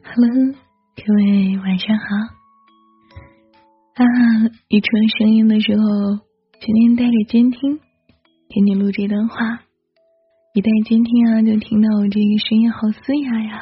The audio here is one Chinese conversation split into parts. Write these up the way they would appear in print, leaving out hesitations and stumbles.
Hello， 各位晚上好。一出声音的时候，今天带着监听给你录这段话，一带监听就听到我这个声音好嘶哑呀。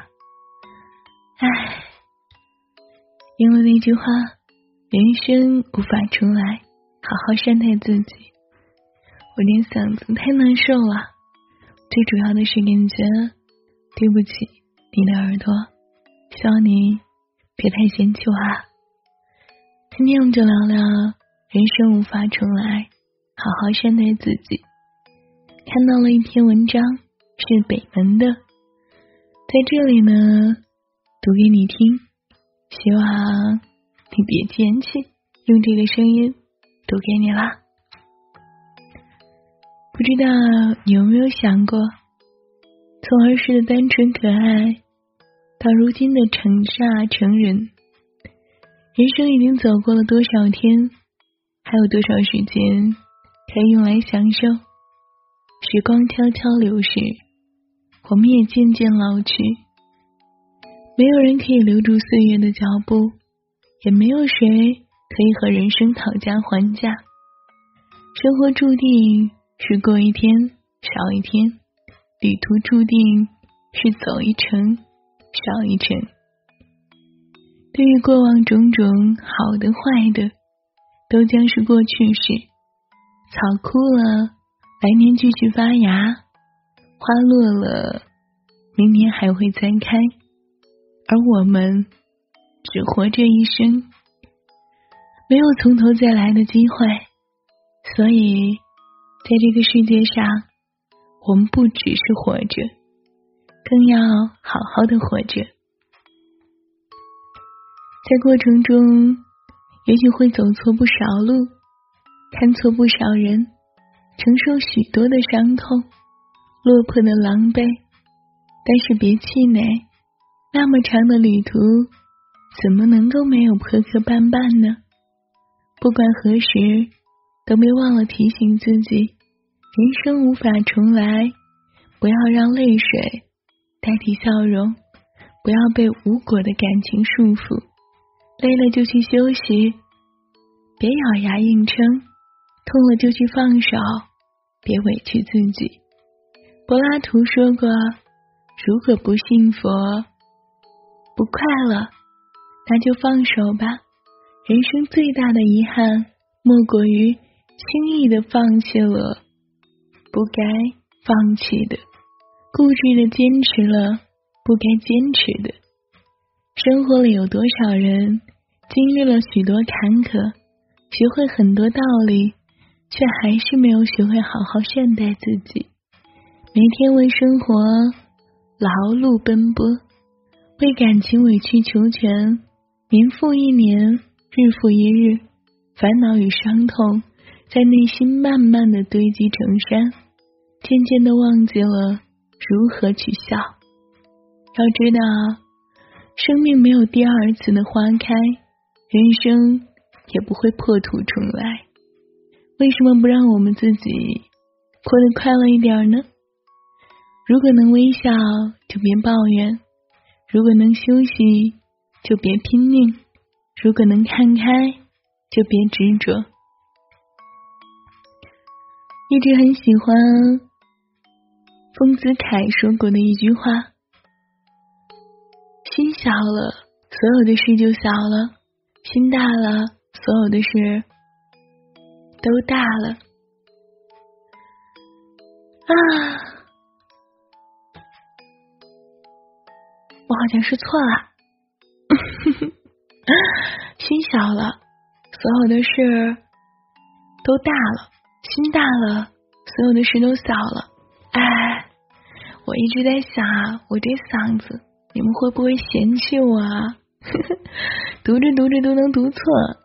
因为那句话，人生无法重来，好好善待自己。我这嗓子太难受了，最主要的是感觉对不起你的耳朵，希望你别太嫌弃我啊。今天我们就聊聊人生无法重来，好好善待自己。看到了一篇文章，是北门的，在这里呢读给你听，希望你别嫌弃，用这个声音读给你啦。不知道你有没有想过，从儿时的单纯可爱到如今的成煞成人，人生已经走过了多少天，还有多少时间可以用来享受。时光悄悄流逝，我们也渐渐老去，没有人可以留住岁月的脚步，也没有谁可以和人生讨价还价。生活注定是过一天少一天，旅途注定是走一程少一程。对于过往种种好的坏的，都将是过去式。草枯了，来年继续发芽；花落了，明年还会再开。而我们只活这一生，没有从头再来的机会，所以在这个世界上，我们不只是活着，更要好好的活着。在过程中，也许会走错不少路，看错不少人，承受许多的伤痛，落魄的狼狈，但是别气馁，那么长的旅途，怎么能够没有磕磕绊绊呢？不管何时，都别忘了提醒自己，人生无法重来，不要让泪水代替笑容，不要被无果的感情束缚，累了就去休息，别咬牙硬撑，痛了就去放手，别委屈自己。柏拉图说过，如果不幸福，不快乐，那就放手吧。人生最大的遗憾，莫过于轻易的放弃了不该放弃的，固执的坚持了不该坚持的。生活里有多少人经历了许多坎碌，学会很多道理，却还是没有学会好好善待自己。每天为生活劳碌奔波，为感情委曲求全，年复一年，日复一日，烦恼与伤痛在内心慢慢的堆积成山，渐渐的忘记了如何去笑。要知道，生命没有第二次的花开，人生也不会破土重来。为什么不让我们自己过得快乐一点呢？如果能微笑，就别抱怨；如果能休息，就别拼命；如果能看开，就别执着。一直很喜欢丰子恺说过的一句话，心小了，所有的事就小了；心大了，所有的事都大了。我好像是错了。心小了，所有的事都大了；心大了，所有的事都小了。我一直在想我这嗓子，你们会不会嫌弃我啊？读着读着都能读错。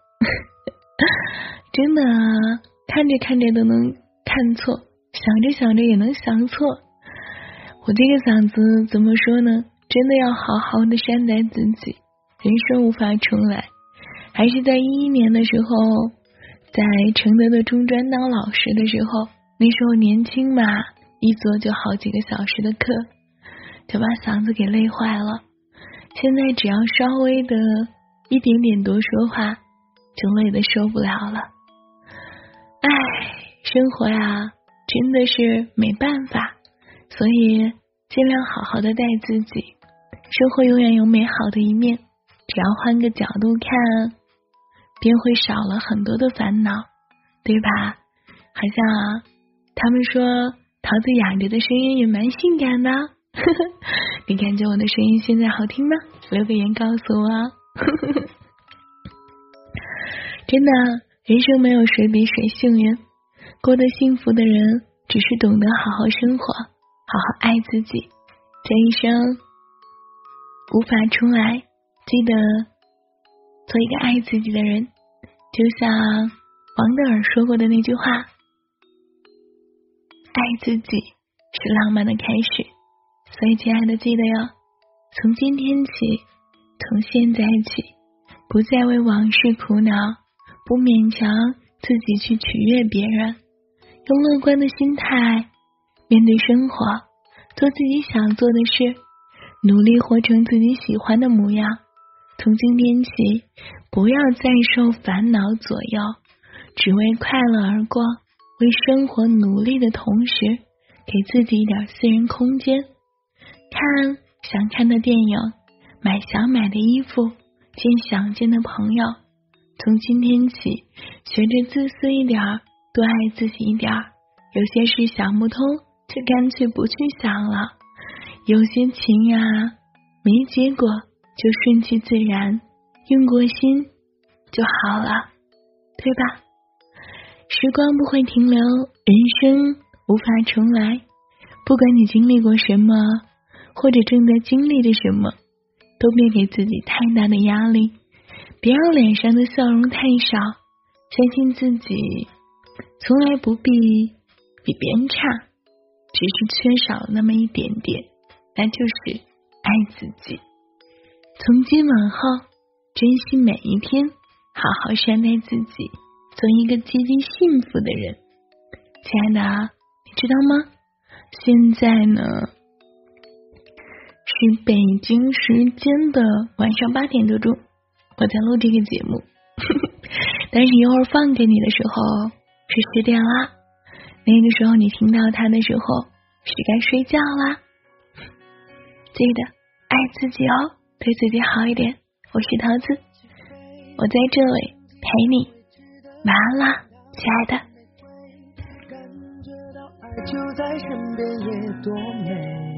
真的看着看着都能看错，想着想着也能想错。我这个嗓子怎么说呢？真的要好好的善待自己。人生无法重来，还是在2011年的时候，在承德的中专当老师的时候，那时候年轻嘛，一坐就好几个小时的课，就把嗓子给累坏了。 现在只要稍微的一点点多说话，就累得受不了了。唉，生活呀，真的是没办法，所以尽量好好的待自己。生活永远有美好的一面，只要换个角度看，便会少了很多的烦恼，对吧？好像他们说桃子哑着的声音也蛮性感的。你感觉我的声音现在好听吗？留个言告诉我。真的，人生没有谁比谁幸运，过得幸福的人只是懂得好好生活，好好爱自己。这一生无法重来，记得做一个爱自己的人，就像王德尔说过的那句话，爱自己是浪漫的开始。所以亲爱的，记得哟，从今天起，从现在起，不再为往事苦恼，不勉强自己去取悦别人，用乐观的心态面对生活，做自己想做的事，努力活成自己喜欢的模样。从今天起，不要再受烦恼左右，只为快乐而过，为生活努力的同时，给自己一点私人空间，看想看的电影，买想买的衣服，见想见的朋友。从今天起，学着自私一点，多爱自己一点。有些事想不通，就干脆不去想了。有些情呀，没结果就顺其自然，用过心就好了，对吧？时光不会停留，人生无法重来。不管你经历过什么，或者正在经历着什么，都别给自己太大的压力，别让脸上的笑容太少，相信自己从来不必比别人差，只是缺少了那么一点点，那就是爱自己。从今往后，珍惜每一天，好好善待自己，做一个积极幸福的人。亲爱的，你知道吗？现在呢是北京时间的晚上8点多钟，我在录这个节目。但是一会儿放给你的时候是10点啦，那个时候你听到它的时候是该睡觉啦。记得爱自己哦，对自己好一点。我是桃子，我在这里陪你，晚安啦，亲爱的。 感觉到爱就在身边也多美，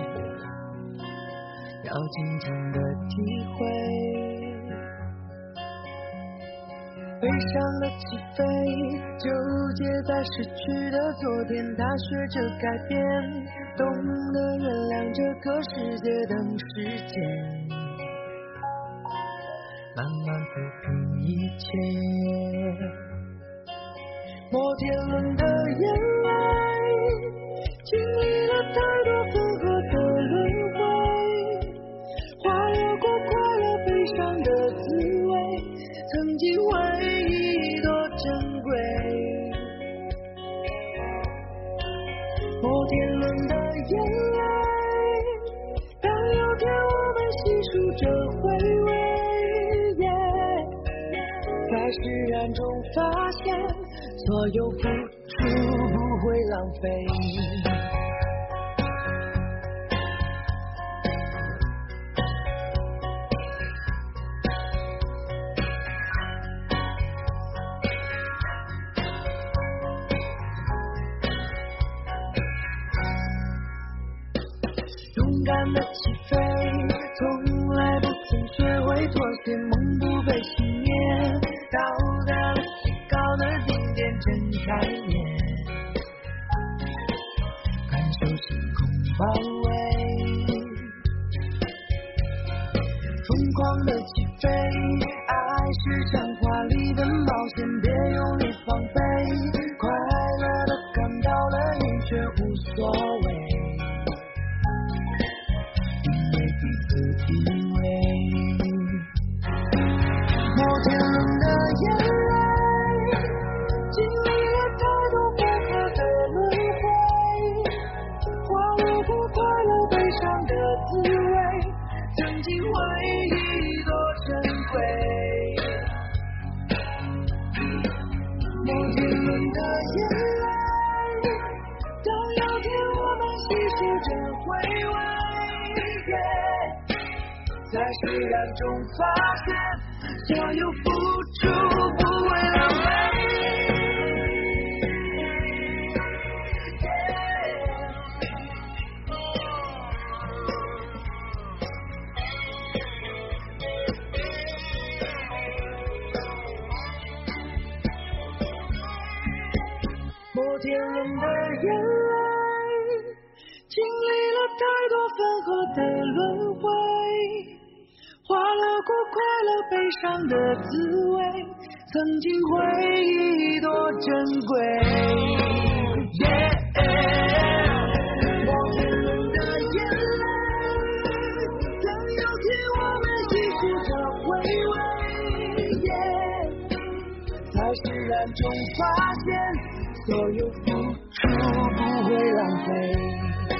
要静静的体会。悲伤的起飞，纠结在失去的昨天，他学着改变，懂得原谅这个世界等时间，慢慢抚平一切。摩天轮的眼泪，经历了太多分合的轮回，花落过快乐悲伤的滋味，曾经回忆多珍贵。摩天轮的眼泪，当有天我们细数着回味，在释然中发现所有付出不会浪费。勇敢的起飞，从来不曾学会妥协，梦不被熄灭，到达了最高的顶点，睁开眼，感受星空包围，疯狂的起飞，爱是场华丽的冒险，别用力放飞，快乐的看到了你却无所谓，摩天轮的眼泪，经历了太多分合的轮回，花落过快乐悲伤的滋味，曾经在释然中发现，所有付出不会浪费。摩天轮的眼泪，经历了太多分合的轮回，花了苦快乐悲伤的滋味，曾经回忆多珍贵。摩天轮的眼泪，等有天我们细数着回味，在释然中发现，所有付出不会浪费。